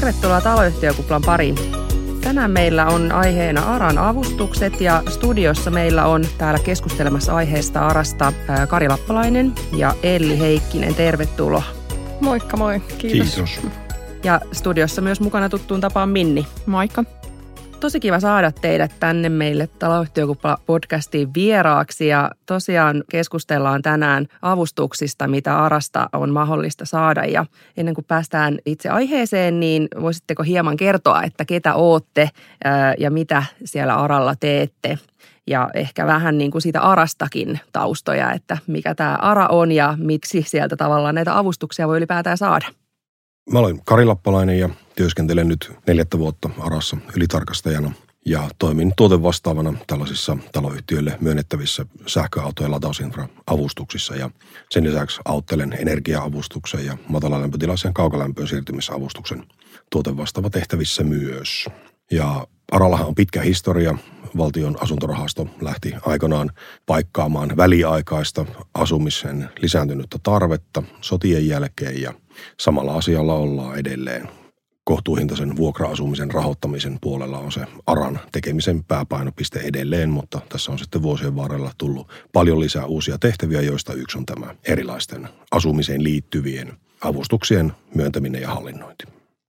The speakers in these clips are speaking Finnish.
Tervetuloa Taloyhtiökuplan pariin. Tänään meillä on aiheena ARAn avustukset ja studiossa meillä on täällä keskustelemassa aiheesta ARAsta Kari Lappalainen ja Elli Heikkinen. Tervetuloa. Moikka moi, kiitos. Ja studiossa myös mukana tuttuun tapaan Minni. Moikka. Tosi kiva saada teidät tänne meille Taloyhtiökupla-podcastiin vieraaksi ja tosiaan keskustellaan tänään avustuksista, mitä ARAsta on mahdollista saada. Ja ennen kuin päästään itse aiheeseen, niin voisitteko hieman kertoa, että ketä ootte ja mitä siellä ARAlla teette? Ja ehkä vähän niin kuin siitä ARAstakin taustoja, että mikä tämä ARA on ja miksi sieltä tavallaan näitä avustuksia voi ylipäätään saada. Mä olen Kari Lappalainen ja työskentelen nyt 4 vuotta ARAssa ylitarkastajana ja toimin tuotevastaavana tällaisissa taloyhtiöille myönnettävissä sähköautojen latausinfra-avustuksissa ja sen lisäksi auttelen energia-avustuksen ja matalalämpötilaisen kaukolämpöön siirtymisavustuksen tuotevastaava tehtävissä myös. Ja ARAllahan on pitkä historia. Valtion asuntorahasto lähti aikanaan paikkaamaan väliaikaista asumisen lisääntynyttä tarvetta sotien jälkeen ja samalla asialla ollaan edelleen. Kohtuuhintaisen vuokra-asumisen rahoittamisen puolella on se ARAn tekemisen pääpainopiste edelleen, mutta tässä on sitten vuosien varrella tullut paljon lisää uusia tehtäviä, joista yksi on tämä erilaisten asumiseen liittyvien avustuksien myöntäminen ja hallinnointi.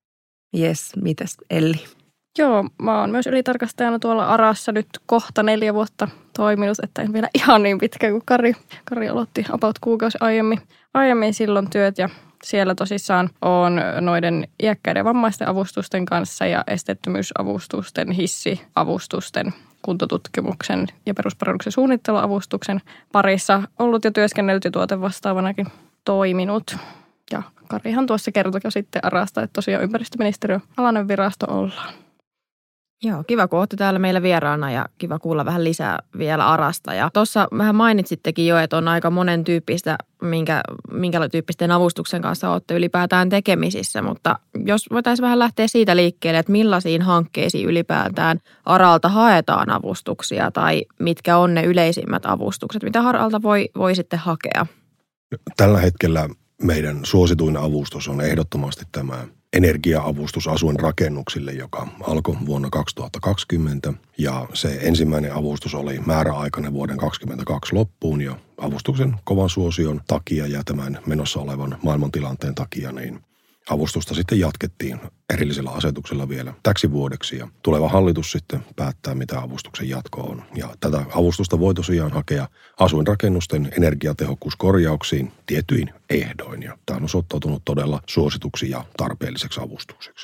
Jes, mitäs Elli? Joo, mä oon myös ylitarkastajana tuolla ARAssa nyt kohta 4 vuotta toiminut, että en vielä ihan niin pitkä kuin Kari. Kari aloitti about kuukausi aiemmin silloin työt ja siellä tosissaan on noiden iäkkäiden vammaisten avustusten kanssa ja esteettömyysavustusten, hissiavustusten, kuntotutkimuksen ja perusparannuksen suunnitteluavustuksen parissa ollut ja työskennelty tuotevastaavanakin toiminut. Ja Karihan tuossa kertoi jo sitten ARAsta, että tosiaan ympäristöministeriön alainen virasto ollaan. Joo, kiva kun olette täällä meillä vieraana ja kiva kuulla vähän lisää vielä ARAsta. Ja tuossa vähän mainitsittekin jo, että on aika monen tyyppistä, minkä tyyppisten avustuksen kanssa olette ylipäätään tekemisissä. Mutta jos voitaisiin vähän lähteä siitä liikkeelle, että millaisiin hankkeisiin ylipäätään ARAlta haetaan avustuksia tai mitkä on ne yleisimmät avustukset, mitä ARAlta voi sitten hakea? Tällä hetkellä meidän suosituin avustus on ehdottomasti tämä energia-avustus asuinrakennuksille, joka alkoi vuonna 2020 ja se ensimmäinen avustus oli määräaikainen vuoden 2022 loppuun ja avustuksen kovan suosion takia ja tämän menossa olevan maailmantilanteen takia niin avustusta sitten jatkettiin erillisellä asetuksella vielä täksi vuodeksi ja tuleva hallitus sitten päättää, mitä avustuksen jatko on. Ja tätä avustusta voi tosiaan hakea asuinrakennusten energiatehokkuuskorjauksiin tietyin ehdoin ja tämä on osoittautunut todella suosituksi ja tarpeelliseksi avustukseksi.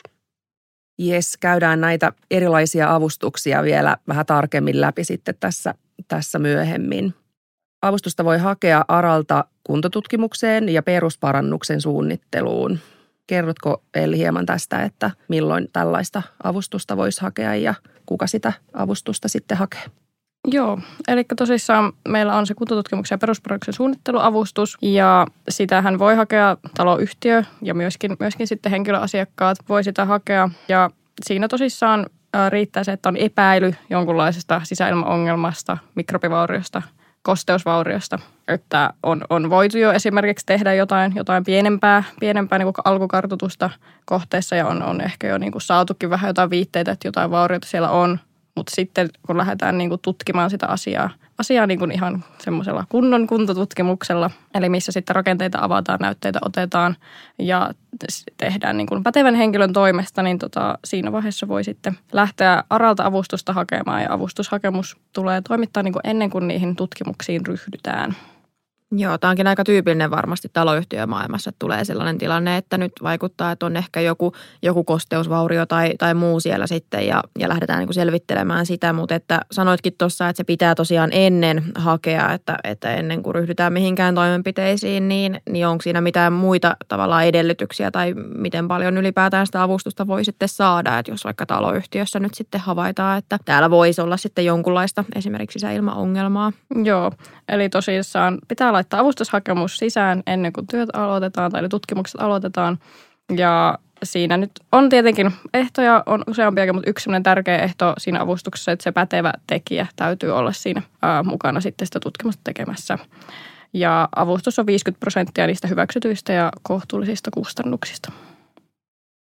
Jes, käydään näitä erilaisia avustuksia vielä vähän tarkemmin läpi sitten tässä myöhemmin. Avustusta voi hakea ARAlta kuntotutkimukseen ja perusparannuksen suunnitteluun. Kerrotko Elli hieman tästä, että milloin tällaista avustusta voisi hakea ja kuka sitä avustusta sitten hakee? Joo, eli tosissaan meillä on se kuntotutkimuksen ja perusparannuksen suunnitteluavustus ja sitähän voi hakea taloyhtiö ja myöskin sitten henkilöasiakkaat voi sitä hakea ja siinä tosissaan riittää se, että on epäily jonkunlaisesta sisäilmaongelmasta, mikrobivauriosta, kosteusvauriosta, että on voitu jo esimerkiksi tehdä jotain pienempää niin kuin alkukartoitusta kohteessa ja on ehkä jo niin kuin saatukin vähän jotain viitteitä, että jotain vaurioita siellä on, mutta sitten kun lähdetään niin kuin tutkimaan sitä asiaa niin kuin ihan semmoisella kunnon kuntotutkimuksella, eli missä sitten rakenteita avataan, näytteitä otetaan ja tehdään niin kuin pätevän henkilön toimesta, niin siinä vaiheessa voi sitten lähteä ARAlta avustusta hakemaan ja avustushakemus tulee toimittaa niin kuin ennen kuin niihin tutkimuksiin ryhdytään. Joo, tämä onkin aika tyypillinen varmasti taloyhtiömaailmassa, että tulee sellainen tilanne, että nyt vaikuttaa, että on ehkä joku kosteusvaurio tai muu siellä sitten ja lähdetään niin kuin selvittelemään sitä, mutta että sanoitkin tuossa, että se pitää tosiaan ennen hakea, että ennen kuin ryhdytään mihinkään toimenpiteisiin, niin onko siinä mitään muita tavallaan edellytyksiä tai miten paljon ylipäätään sitä avustusta voi sitten saada, että jos vaikka taloyhtiössä nyt sitten havaitaan, että täällä voisi olla sitten jonkunlaista esimerkiksi sisäilmaongelmaa. Joo, eli tosissaan pitää laittaa avustushakemus sisään ennen kuin työt aloitetaan tai ne tutkimukset aloitetaan. Ja siinä nyt on tietenkin ehtoja, on useampiakin, mutta yksi sellainen tärkeä ehto siinä avustuksessa, että se pätevä tekijä täytyy olla siinä mukana sitten sitä tutkimusta tekemässä. Ja avustus on 50% niistä hyväksytyistä ja kohtuullisista kustannuksista.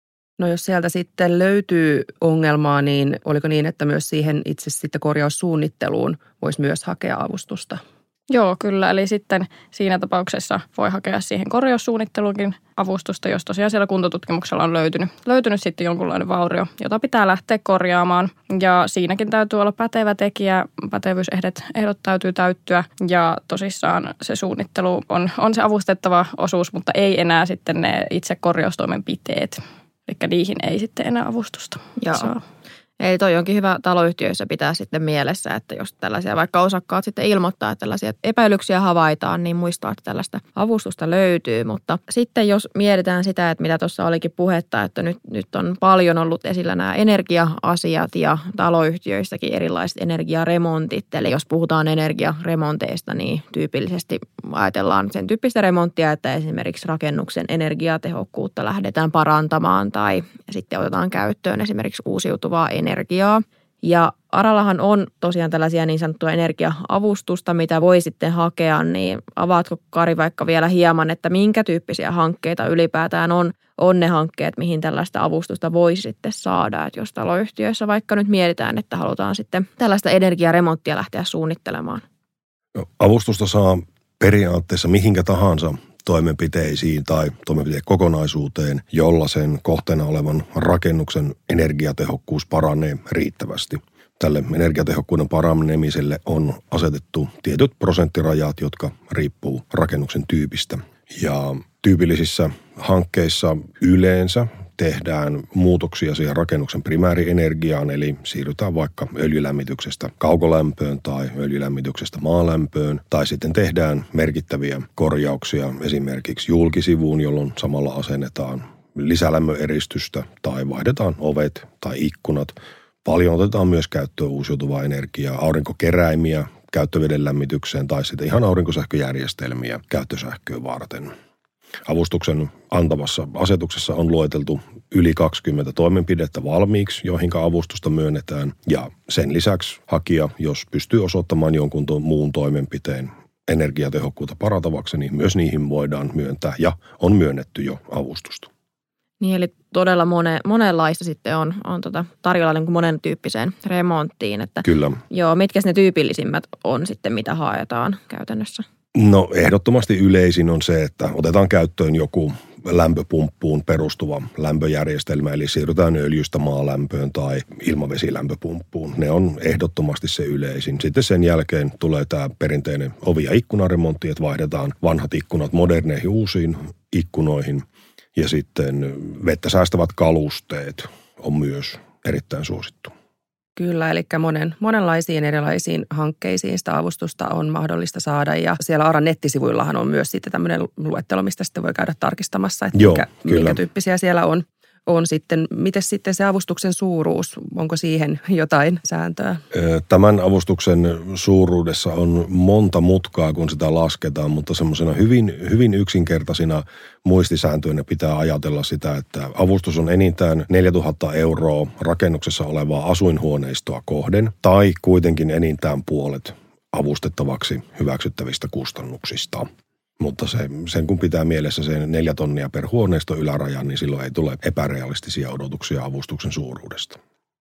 No jos sieltä sitten löytyy ongelmaa, niin oliko niin, että myös siihen itse sitten korjaussuunnitteluun voisi myös hakea avustusta? Joo, kyllä. Eli sitten siinä tapauksessa voi hakea siihen korjaussuunnitteluunkin avustusta, jos tosiaan siellä kuntotutkimuksella on löytynyt sitten jonkunlainen vaurio, jota pitää lähteä korjaamaan. Ja siinäkin täytyy olla pätevä tekijä, pätevyysehdot täytyy täyttyä ja tosissaan se suunnittelu on se avustettava osuus, mutta ei enää sitten ne itse korjaustoimenpiteet. Eli niihin ei sitten enää avustusta saa. Eli toi onkin hyvä taloyhtiöissä pitää sitten mielessä, että jos tällaisia vaikka osakkaat sitten ilmoittaa, että tällaisia epäilyksiä havaitaan, niin muistaa, että tällaista avustusta löytyy. Mutta sitten jos mietitään sitä, että mitä tuossa olikin puhetta, että nyt on paljon ollut esillä nämä energia-asiat ja taloyhtiöissäkin erilaiset energiaremontit. Eli jos puhutaan energiaremonteista, niin tyypillisesti ajatellaan sen tyyppistä remonttia, että esimerkiksi rakennuksen energiatehokkuutta lähdetään parantamaan tai sitten otetaan käyttöön esimerkiksi uusiutuvaa energiaa. Ja ARAllahan on tosiaan tällaisia niin sanottua energia-avustusta, mitä voi sitten hakea, niin avaatko Kari vaikka vielä hieman, että minkä tyyppisiä hankkeita ylipäätään on ne hankkeet, mihin tällaista avustusta voi sitten saada. Että jos taloyhtiöissä vaikka nyt mietitään, että halutaan sitten tällaista energiaremonttia lähteä suunnittelemaan. No, avustusta saa periaatteessa mihinkä tahansa toimenpiteisiin tai toimenpitekokonaisuuteen, jolla sen kohteena olevan rakennuksen energiatehokkuus paranee riittävästi. Tälle energiatehokkuuden paranemiselle on asetettu tietyt prosenttirajat, jotka riippuu rakennuksen tyypistä. Ja tyypillisissä hankkeissa yleensä tehdään muutoksia siihen rakennuksen primäärienergiaan, eli siirrytään vaikka öljylämmityksestä kaukolämpöön tai öljylämmityksestä maalämpöön, tai sitten tehdään merkittäviä korjauksia esimerkiksi julkisivuun, jolloin samalla asennetaan lisälämmöeristystä tai vaihdetaan ovet tai ikkunat. Paljon otetaan myös käyttöön uusiutuvaa energiaa, aurinkokeräimiä käyttöveden lämmitykseen tai sitten ihan aurinkosähköjärjestelmiä käyttösähköä varten. Avustuksen antavassa asetuksessa on lueteltu yli 20 toimenpidettä valmiiksi, joihinka avustusta myönnetään. Ja sen lisäksi hakija, jos pystyy osoittamaan jonkun muun toimenpiteen energiatehokkuutta parantavaksi, niin myös niihin voidaan myöntää ja on myönnetty jo avustusta. Niin, eli todella monenlaista sitten on tarjolla niin kuin monen tyyppiseen remonttiin. Että, kyllä. Joo, mitkä ne tyypillisimmät on sitten, mitä haetaan käytännössä? No ehdottomasti yleisin on se, että otetaan käyttöön joku lämpöpumppuun perustuva lämpöjärjestelmä, eli siirrytään öljystä maalämpöön tai ilmavesilämpöpumppuun. Ne on ehdottomasti se yleisin. Sitten sen jälkeen tulee tämä perinteinen ovi- ja ikkunaremontti, että vaihdetaan vanhat ikkunat moderneihin uusiin ikkunoihin. Ja sitten vettä säästävät kalusteet on myös erittäin suosittu. Kyllä, eli monenlaisiin erilaisiin hankkeisiin sitä avustusta on mahdollista saada. Ja siellä ARAn nettisivuillahan on myös sitten tämmöinen luettelo, mistä sitten voi käydä tarkistamassa, että minkä tyyppisiä siellä on sitten. Miten sitten se avustuksen suuruus? Onko siihen jotain sääntöä? Tämän avustuksen suuruudessa on monta mutkaa, kun sitä lasketaan, mutta semmoisena hyvin yksinkertaisina muistisääntöinä pitää ajatella sitä, että avustus on enintään 4 000 euroa rakennuksessa olevaa asuinhuoneistoa kohden tai kuitenkin enintään puolet avustettavaksi hyväksyttävistä kustannuksista. Mutta sen kun pitää mielessä sen 4 tonnia per huoneisto ylärajan, niin silloin ei tule epärealistisia odotuksia avustuksen suuruudesta.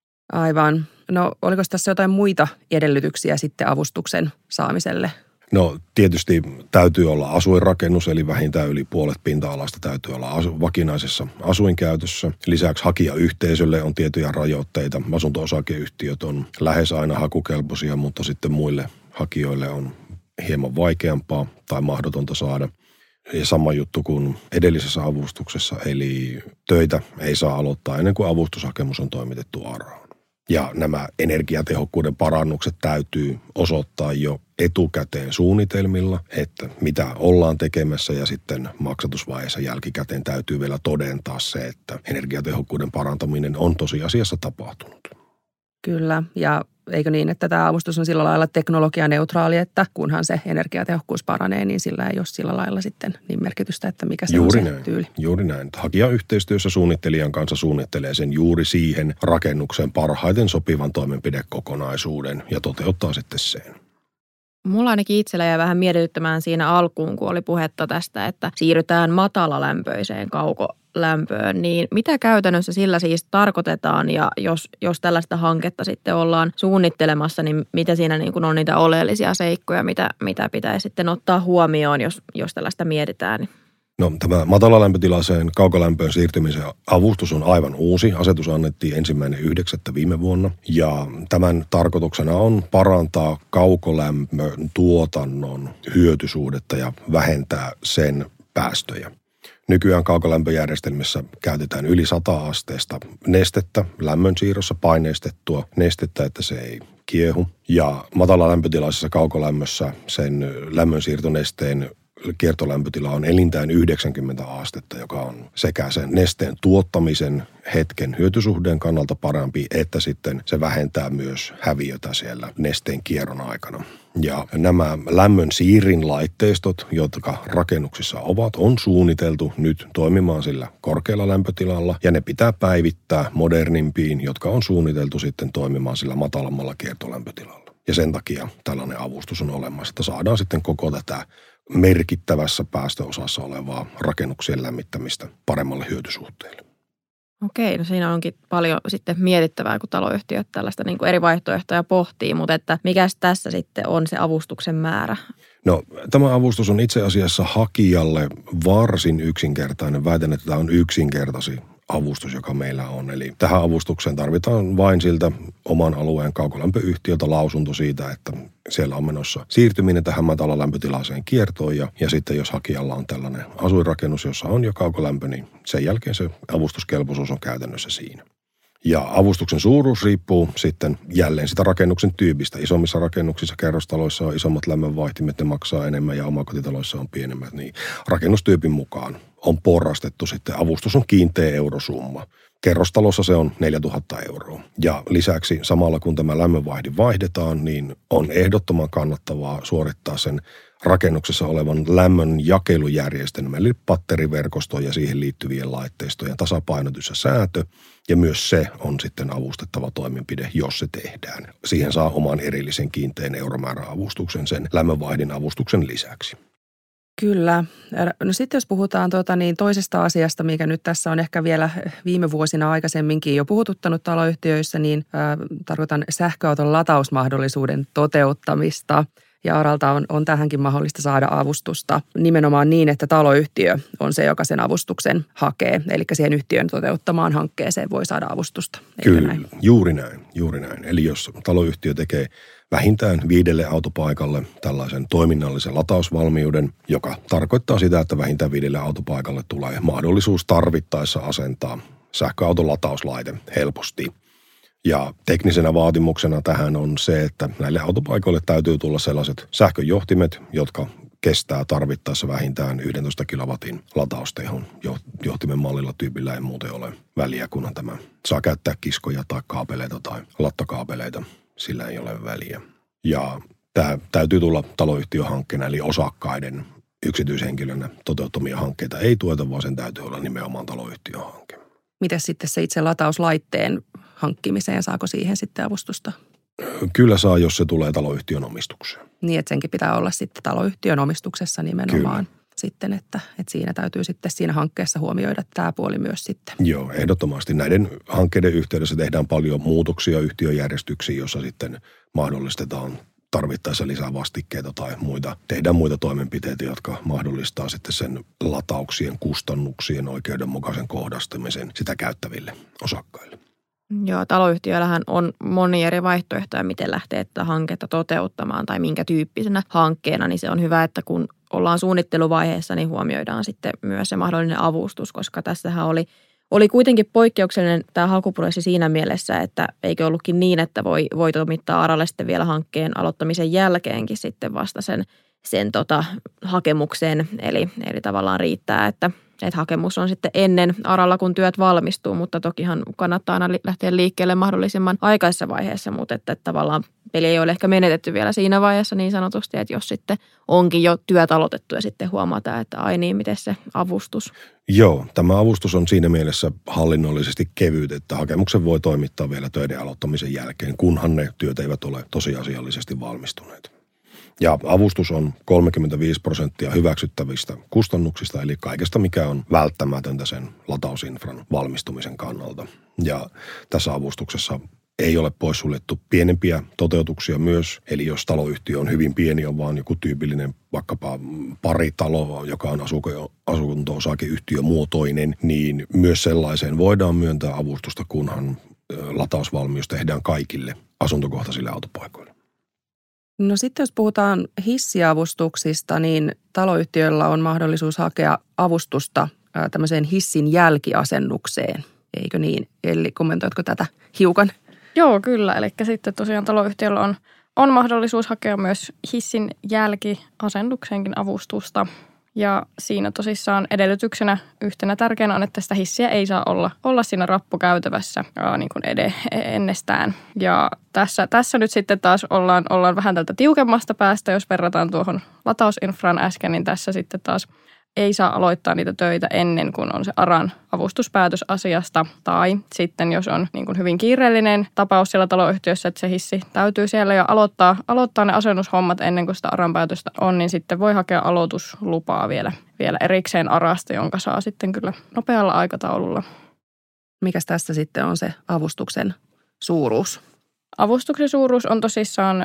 Aivan. No oliko tässä jotain muita edellytyksiä sitten avustuksen saamiselle? No tietysti täytyy olla asuinrakennus, eli vähintään yli puolet pinta-alasta täytyy olla vakinaisessa asuinkäytössä. Lisäksi hakijayhteisölle on tiettyjä rajoitteita. Asunto-osakeyhtiöt on lähes aina hakukelpoisia, mutta sitten muille hakijoille on hieman vaikeampaa tai mahdotonta saada. Ja sama juttu kuin edellisessä avustuksessa, eli töitä ei saa aloittaa ennen kuin avustushakemus on toimitettu ARAan. Ja nämä energiatehokkuuden parannukset täytyy osoittaa jo etukäteen suunnitelmilla, että mitä ollaan tekemässä ja sitten maksatusvaiheessa jälkikäteen täytyy vielä todentaa se, että energiatehokkuuden parantaminen on tosiasiassa tapahtunut. Kyllä, ja eikö niin, että tämä avustus on sillä lailla teknologianeutraali, että kunhan se energiatehokkuus paranee, niin sillä ei ole sillä lailla sitten niin merkitystä, että mikä se juuri on näin, se tyyli. Juuri näin. Hakija yhteistyössä suunnittelijan kanssa suunnittelee sen juuri siihen rakennukseen parhaiten sopivan toimenpidekokonaisuuden ja toteuttaa sitten sen. Mulla ainakin itsellä jäi vähän mietityttämään siinä alkuun, kun oli puhetta tästä, että siirrytään matalalämpöiseen matalalämpöön, niin mitä käytännössä sillä siis tarkoitetaan ja jos tällaista hanketta sitten ollaan suunnittelemassa, niin mitä siinä niin kuin on niitä oleellisia seikkoja, mitä pitäisi sitten ottaa huomioon, jos tällaista mietitään? No, tämä matalalämpötilaiseen kaukolämpöön siirtymisen avustus on aivan uusi. Asetus annettiin 1.9. viime vuonna ja tämän tarkoituksena on parantaa kaukolämpön tuotannon hyötysuhdetta ja vähentää sen päästöjä. Nykyään kaukolämpöjärjestelmissä käytetään yli 100 asteesta nestettä lämmönsiirrossa, paineistettua nestettä, että se ei kiehu. Ja matalalämpötilaisessa kaukolämmössä sen lämmönsiirtonesteen kiertolämpötila on enintään 90 astetta, joka on sekä sen nesteen tuottamisen hetken hyötysuhteen kannalta parempi, että sitten se vähentää myös häviötä siellä nesteen kierron aikana. Ja nämä lämmön siirrin laitteistot, jotka rakennuksissa ovat, on suunniteltu nyt toimimaan sillä korkealla lämpötilalla ja ne pitää päivittää modernimpiin, jotka on suunniteltu sitten toimimaan sillä matalammalla kiertolämpötilalla. Ja sen takia tällainen avustus on olemassa, että saadaan sitten koko tätä merkittävässä päästöosassa olevaa rakennuksien lämmittämistä paremmalle hyötysuhteelle. Okei, no siinä onkin paljon sitten mietittävää, kun taloyhtiöt tällaista niin kuin eri vaihtoehtoja pohtii, mutta että mikäs tässä sitten on se avustuksen määrä? No, tämä avustus on itse asiassa hakijalle varsin yksinkertainen. Väitän, että tämä on yksinkertaisin avustus, joka meillä on. Eli tähän avustukseen tarvitaan vain siltä oman alueen kaukolämpöyhtiöltä lausunto siitä, että siellä on menossa siirtyminen tähän matalalämpötilaiseen kiertoon. Ja sitten jos hakijalla on tällainen asuinrakennus, jossa on jo kaukolämpö, niin sen jälkeen se avustuskelpoisuus on käytännössä siinä. Ja avustuksen suuruus riippuu sitten jälleen sitä rakennuksen tyypistä. Isommissa rakennuksissa, kerrostaloissa on isommat lämmönvaihtimet, ne maksaa enemmän ja omakotitaloissa on pienemmät. Niin rakennustyypin mukaan on porrastettu sitten. Avustus on kiinteä eurosumma. Kerrostalossa se on 4 000 euroa. Ja lisäksi samalla kun tämä lämmönvaihdin vaihdetaan, niin on ehdottoman kannattavaa suorittaa sen rakennuksessa olevan lämmön jakelujärjestelmän, eli patteriverkosto ja siihen liittyvien laitteistojen tasapainotus ja säätö. Ja myös se on sitten avustettava toimenpide, jos se tehdään. Siihen saa oman erillisen kiinteän euromääräavustuksen sen lämmönvaihdin avustuksen lisäksi. Kyllä. No sitten jos puhutaan toisesta asiasta, mikä nyt tässä on ehkä vielä viime vuosina aikaisemminkin jo puhututtanut taloyhtiöissä, niin tarkoitan sähköauton latausmahdollisuuden toteuttamista. Ja ARAlta on tähänkin mahdollista saada avustusta nimenomaan niin, että taloyhtiö on se, joka sen avustuksen hakee. Eli siihen yhtiön toteuttamaan hankkeeseen voi saada avustusta. Kyllä, näin? Juuri näin. Eli jos taloyhtiö tekee vähintään 5 autopaikalle tällaisen toiminnallisen latausvalmiuden, joka tarkoittaa sitä, että vähintään 5 autopaikalle tulee mahdollisuus tarvittaessa asentaa sähköauton latauslaite helposti. Ja teknisenä vaatimuksena tähän on se, että näille autopaikoille täytyy tulla sellaiset sähköjohtimet, jotka kestää tarvittaessa vähintään 11 kilowatin lataustehon. Johtimen mallilla tyypillä ei muuten ole väliä, kunhan tämä saa käyttää kiskoja tai kaapeleita tai lattokaapeleita. Sillä ei ole väliä. Ja tämä täytyy tulla taloyhtiöhankkeena, eli osakkaiden yksityishenkilönä toteuttamia hankkeita ei tueta, vaan sen täytyy olla nimenomaan taloyhtiöhanke. Mites sitten se itse latauslaitteen hankkimiseen, saako siihen sitten avustusta? Kyllä saa, jos se tulee taloyhtiön omistukseen. Niin, että senkin pitää olla sitten taloyhtiön omistuksessa nimenomaan. Kyllä. Sitten, että siinä täytyy sitten siinä hankkeessa huomioida tämä puoli myös sitten. Joo, ehdottomasti. Näiden hankkeiden yhteydessä tehdään paljon muutoksia yhtiöjärjestyksiin, jossa sitten mahdollistetaan tarvittaessa lisää vastikkeita tai tehdään muita toimenpiteitä, jotka mahdollistaa sitten sen latauksien kustannuksien oikeudenmukaisen kohdastamisen sitä käyttäville osakkaille. Joo, taloyhtiöillähän on monia eri vaihtoehtoja, miten lähtee tätä hanketta toteuttamaan tai minkä tyyppisenä hankkeena, niin se on hyvä, että kun ollaan suunnitteluvaiheessa, niin huomioidaan sitten myös se mahdollinen avustus, koska tässähän oli kuitenkin poikkeuksellinen tämä hakuprosessi siinä mielessä, että eikö ollutkin niin, että voi toimittaa ARAlle sitten vielä hankkeen aloittamisen jälkeenkin sitten vasta sen hakemukseen, eli tavallaan riittää, että hakemus on sitten ennen ARAlla, kun työt valmistuu, mutta tokihan kannattaa aina lähteä liikkeelle mahdollisimman aikaisessa vaiheessa, mutta että tavallaan peli ei ole ehkä menetetty vielä siinä vaiheessa niin sanotusti, että jos sitten onkin jo työt aloitettu ja sitten huomataan, että ai niin, miten se avustus? Joo, tämä avustus on siinä mielessä hallinnollisesti kevyt, että hakemuksen voi toimittaa vielä töiden aloittamisen jälkeen, kunhan ne työt eivät ole tosiasiallisesti valmistuneet. Ja avustus on 35% hyväksyttävistä kustannuksista, eli kaikesta, mikä on välttämätöntä sen latausinfran valmistumisen kannalta. Ja tässä avustuksessa ei ole poissuljettu pienempiä toteutuksia myös, eli jos taloyhtiö on hyvin pieni, on vaan joku tyypillinen vaikkapa paritalo, joka on asunto-osakeyhtiömuotoinen, niin myös sellaiseen voidaan myöntää avustusta, kunhan latausvalmius tehdään kaikille asuntokohtaisille autopaikoille. No sitten jos puhutaan hissiavustuksista, niin taloyhtiöillä on mahdollisuus hakea avustusta tämmöiseen hissin jälkiasennukseen, eikö niin? Eli kommentoitko tätä hiukan? Joo, kyllä. Eli sitten tosiaan taloyhtiöllä on mahdollisuus hakea myös hissin jälkiasennukseenkin avustusta. Ja siinä tosissaan edellytyksenä yhtenä tärkeänä on, että sitä hissiä ei saa olla siinä rappukäytävässä niin kuin ennestään. Ja tässä nyt sitten taas ollaan vähän tältä tiukemmasta päästä, jos verrataan tuohon latausinfraan äsken, niin tässä sitten taas ei saa aloittaa niitä töitä ennen kuin on se ARAn avustuspäätös asiasta. Tai sitten jos on niin kuin hyvin kiireellinen tapaus siellä taloyhtiössä, että se hissi täytyy siellä ja aloittaa ne asennushommat ennen kuin sitä ARAn päätöstä on, niin sitten voi hakea aloituslupaa vielä erikseen ARAsta, jonka saa sitten kyllä nopealla aikataululla. Mikäs tässä sitten on se avustuksen suuruus? Avustuksen suuruus on tosissaan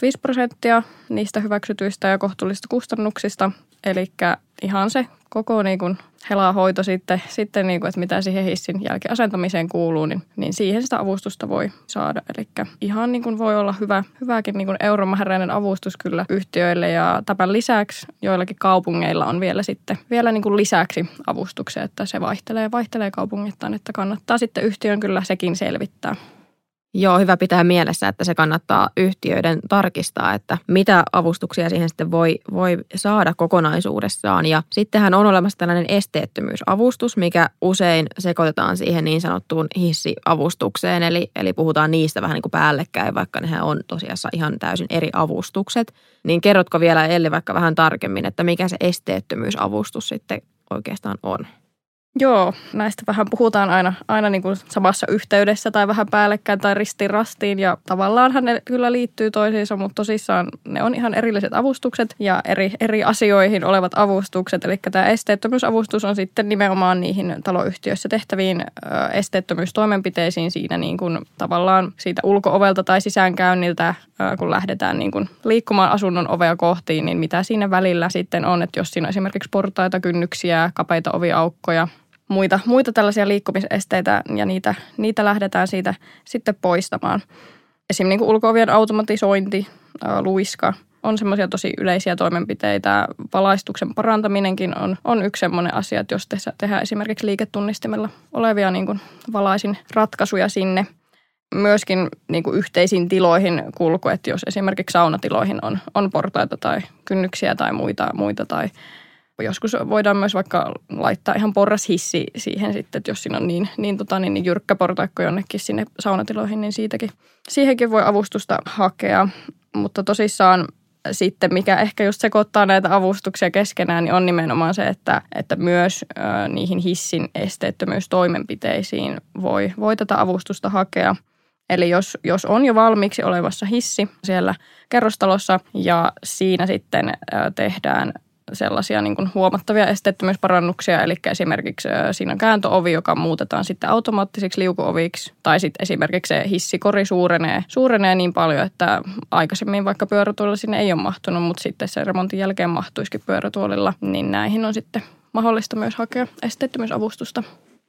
45% niistä hyväksytyistä ja kohtuullisista kustannuksista. Eli ihan se koko niin kuin helahoito sitten niin kuin, että mitä siihen hissin jälkiasentamiseen kuuluu, niin siihen sitä avustusta voi saada. Eli ihan niin kuin voi olla hyväkin niin kuin euromääräinen avustus kyllä yhtiöille, ja tämän lisäksi joillakin kaupungeilla on vielä niin kuin lisäksi avustuksia, että se vaihtelee kaupungittain, että kannattaa sitten yhtiön kyllä sekin selvittää. Joo, hyvä pitää mielessä, että se kannattaa yhtiöiden tarkistaa, että mitä avustuksia siihen sitten voi saada kokonaisuudessaan. Ja sittenhän on olemassa tällainen esteettömyysavustus, mikä usein sekoitetaan siihen niin sanottuun hissiavustukseen. Eli puhutaan niistä vähän niin kuin päällekkäin, vaikka nehän on tosiasiassa ihan täysin eri avustukset. Niin kerrotko vielä Elli vaikka vähän tarkemmin, että mikä se esteettömyysavustus sitten oikeastaan on? Joo, näistä vähän puhutaan aina niin kuin samassa yhteydessä tai vähän päällekkäin tai ristiin rastiin, ja tavallaanhan ne kyllä liittyy toisiinsa, mutta tosissaan ne on ihan erilliset avustukset ja eri asioihin olevat avustukset. Eli tämä esteettömyysavustus on sitten nimenomaan niihin taloyhtiöissä tehtäviin esteettömyystoimenpiteisiin siinä niin kuin tavallaan siitä ulko-ovelta tai sisäänkäynniltä, kun lähdetään niin kuin liikkumaan asunnon ovea kohti, niin mitä siinä välillä sitten on, että jos siinä on esimerkiksi portaita, kynnyksiä, kapeita oviaukkoja, muita tällaisia liikkumisesteitä, ja niitä lähdetään siitä sitten poistamaan. Esimerkiksi niin kuin ulko-ovien automatisointi, luiska on semmoisia tosi yleisiä toimenpiteitä. Valaistuksen parantaminenkin on yksi semmoinen asia, että jos tehdään esimerkiksi liiketunnistimella olevia niin kuin valaisin ratkaisuja sinne. Myöskin niin kuin yhteisiin tiloihin kulku, että jos esimerkiksi saunatiloihin on portaita tai kynnyksiä tai muita tai joskus voidaan myös vaikka laittaa ihan porrashissi siihen sitten, että jos siinä on niin jyrkkä portaikko jonnekin sinne saunatiloihin, niin siihenkin voi avustusta hakea. Mutta tosissaan sitten, mikä ehkä just sekoittaa näitä avustuksia keskenään, niin on nimenomaan se, että myös niihin hissin esteettömyystoimenpiteisiin voi tätä avustusta hakea. Eli jos on jo valmiiksi olevassa hissi siellä kerrostalossa ja siinä sitten tehdään sellaisia niin kuin huomattavia esteettömyysparannuksia, eli esimerkiksi siinä on kääntöovi, joka muutetaan sitten automaattisiksi liukuoviksi, tai sitten esimerkiksi se hissikori suurenee niin paljon, että aikaisemmin vaikka pyörätuolilla sinne ei ole mahtunut, mutta sitten se remontin jälkeen mahtuisikin pyörätuolilla, niin näihin on sitten mahdollista myös hakea esteettömyysavustusta.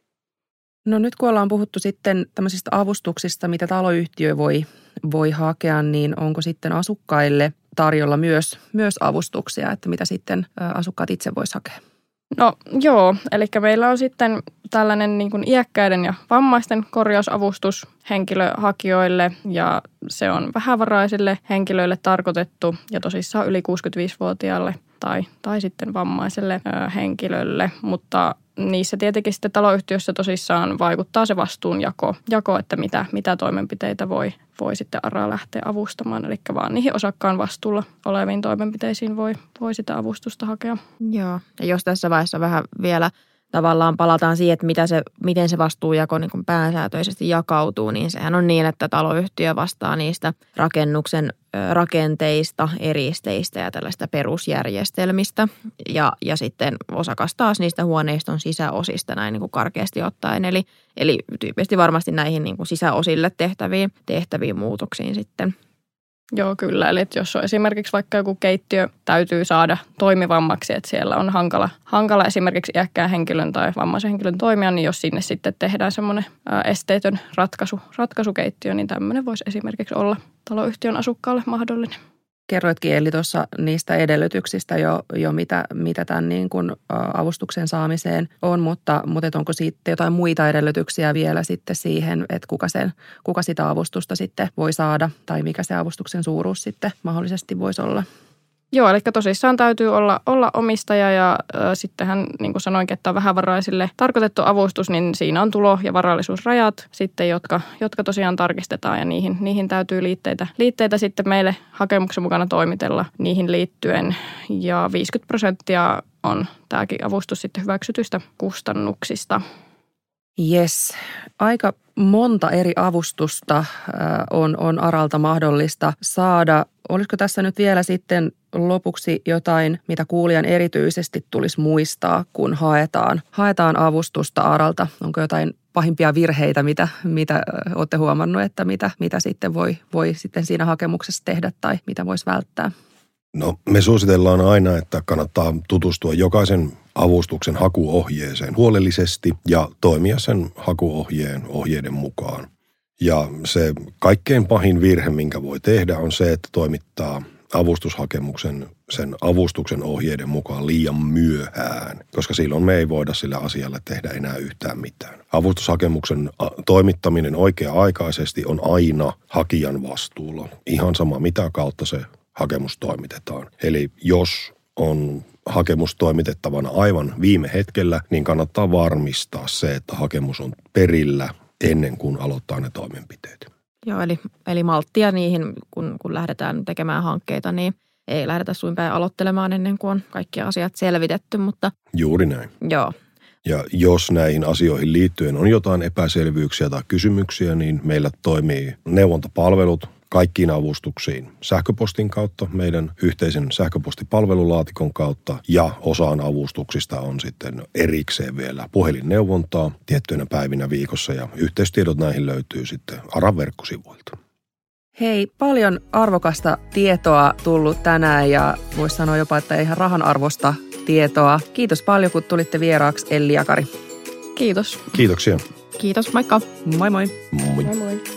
No nyt kun ollaan puhuttu sitten tämmöisistä avustuksista, mitä taloyhtiö voi hakea, niin onko sitten asukkaille tarjolla myös avustuksia, että mitä sitten asukkaat itse vois hakea? No joo, eli meillä on sitten tällainen niin kuin iäkkäiden ja vammaisten korjausavustus henkilöhakijoille, ja se on vähävaraisille henkilöille tarkoitettu ja tosissaan yli 65-vuotiaalle tai sitten vammaiselle henkilölle, mutta niissä tietenkin sitten taloyhtiössä tosissaan vaikuttaa se vastuunjako, että mitä toimenpiteitä voi sitten ARA lähteä avustamaan. Eli vaan niihin osakkaan vastuulla oleviin toimenpiteisiin voi sitä avustusta hakea. Joo, ja jos tässä vaiheessa vähän vielä tavallaan palataan siihen, että miten se vastuujako niin kuin pääsääntöisesti jakautuu, niin sehän on niin, että taloyhtiö vastaa niistä rakennuksen rakenteista, eristeistä ja tällaista perusjärjestelmistä ja sitten osakas taas niistä huoneiston sisäosista näin niin kuin karkeasti ottaen. Eli tyypillisesti varmasti näihin niin kuin sisäosille tehtäviin muutoksiin sitten. Joo, kyllä. Eli jos on esimerkiksi vaikka joku keittiö täytyy saada toimivammaksi, että siellä on hankala esimerkiksi iäkkään henkilön tai vammaisen henkilön toimia, niin jos sinne sitten tehdään semmoinen esteetön ratkaisukeittiö, niin tämmöinen voisi esimerkiksi olla taloyhtiön asukkaalle mahdollinen. Kerroitkin Elli tuossa niistä edellytyksistä jo mitä tämän niin kuin avustuksen saamiseen on, mutta onko sitten jotain muita edellytyksiä vielä sitten siihen, että kuka sitä avustusta sitten voi saada tai mikä se avustuksen suuruus sitten mahdollisesti voisi olla? Joo, eli tosissaan täytyy olla omistaja ja sittenhän, niin kuin sanoinkin, että on vähävaraisille tarkoitettu avustus, niin siinä on tulo- ja varallisuusrajat sitten, jotka tosiaan tarkistetaan ja niihin täytyy liitteitä sitten meille hakemuksen mukana toimitella niihin liittyen ja 50% on tämäkin avustus sitten hyväksytyistä kustannuksista. Jes, aika monta eri avustusta on ARAlta mahdollista saada. Olisiko tässä nyt vielä sitten lopuksi jotain, mitä kuulijan erityisesti tulisi muistaa, kun haetaan avustusta ARAlta? Onko jotain pahimpia virheitä, mitä olette huomannut, että mitä sitten voi sitten siinä hakemuksessa tehdä tai mitä voisi välttää? No, me suositellaan aina, että kannattaa tutustua jokaisen avustuksen hakuohjeeseen huolellisesti ja toimia sen ohjeiden mukaan. Ja se kaikkein pahin virhe, minkä voi tehdä, on se, että toimittaa avustushakemuksen sen avustuksen ohjeiden mukaan liian myöhään, koska silloin me ei voida sillä asialle tehdä enää yhtään mitään. Avustushakemuksen toimittaminen oikea-aikaisesti on aina hakijan vastuulla, ihan sama mitä kautta se hakemus toimitetaan. Eli jos on hakemus toimitettavana aivan viime hetkellä, niin kannattaa varmistaa se, että hakemus on perillä ennen kuin aloittaa ne toimenpiteet. Joo, eli malttia niihin, kun lähdetään tekemään hankkeita, niin ei lähdetä suinpäin aloittelemaan ennen kuin on kaikki asiat selvitetty, mutta... Juuri näin. Joo. Ja jos näihin asioihin liittyen on jotain epäselvyyksiä tai kysymyksiä, niin meillä toimii neuvontapalvelut kaikkiin avustuksiin sähköpostin kautta, meidän yhteisen sähköpostipalvelulaatikon kautta ja osaan avustuksista on sitten erikseen vielä puhelinneuvontaa tiettyinä päivinä viikossa ja yhteystiedot näihin löytyy sitten ARAn verkkosivuilta. Hei, paljon arvokasta tietoa tullut tänään ja voisi sanoa jopa, että ihan rahan arvosta tietoa. Kiitos paljon, kun tulitte vieraaksi Elli ja Kari. Kiitos. Kiitoksia. Kiitos, moikka. Moi moi. Moi. Moi moi.